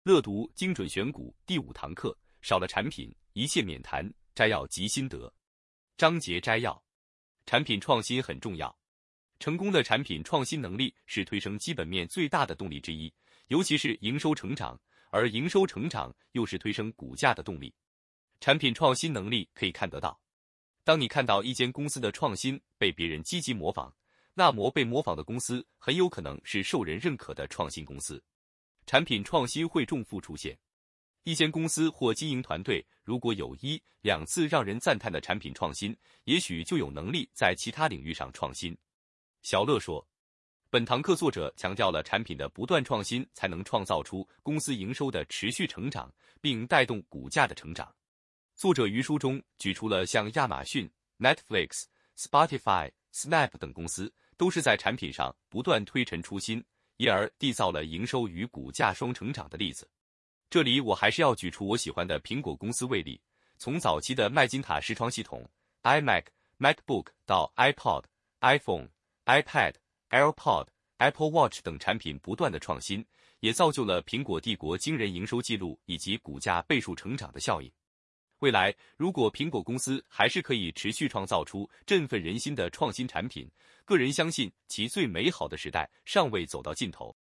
乐读精准选股第5堂课，少了产品，一切免谈。摘要及心得。章节摘要：产品创新很重要，成功的产品创新能力是推升基本面最大的动力之一，尤其是营收成长，而营收成长又是推升股价的动力。产品创新能力可以看得到，当你看到一间公司的创新被别人积极模仿，那么被模仿的公司很有可能是受人认可的创新公司。产品创新会重复出现，一间公司或经营团队如果有1、2次让人赞叹的产品创新，也许就有能力在其他领域上创新。小乐说，本堂课作者强调了产品的不断创新才能创造出公司营收的持续成长，并带动股价的成长。作者于书中举出了像亚马逊、Netflix、Spotify、Snap 等公司都是在产品上不断推陈出新，因而缔造了营收与股价双成长的例子。这里我还是要举出我喜欢的苹果公司为例，从早期的麦金塔视窗系统 iMac、MacBook 到 iPod、iPhone、iPad、AirPod、Apple Watch 等产品不断的创新，也造就了苹果帝国惊人营收记录以及股价倍数成长的效应。未来，如果苹果公司还是可以持续创造出振奋人心的创新产品，个人相信其最美好的时代尚未走到尽头。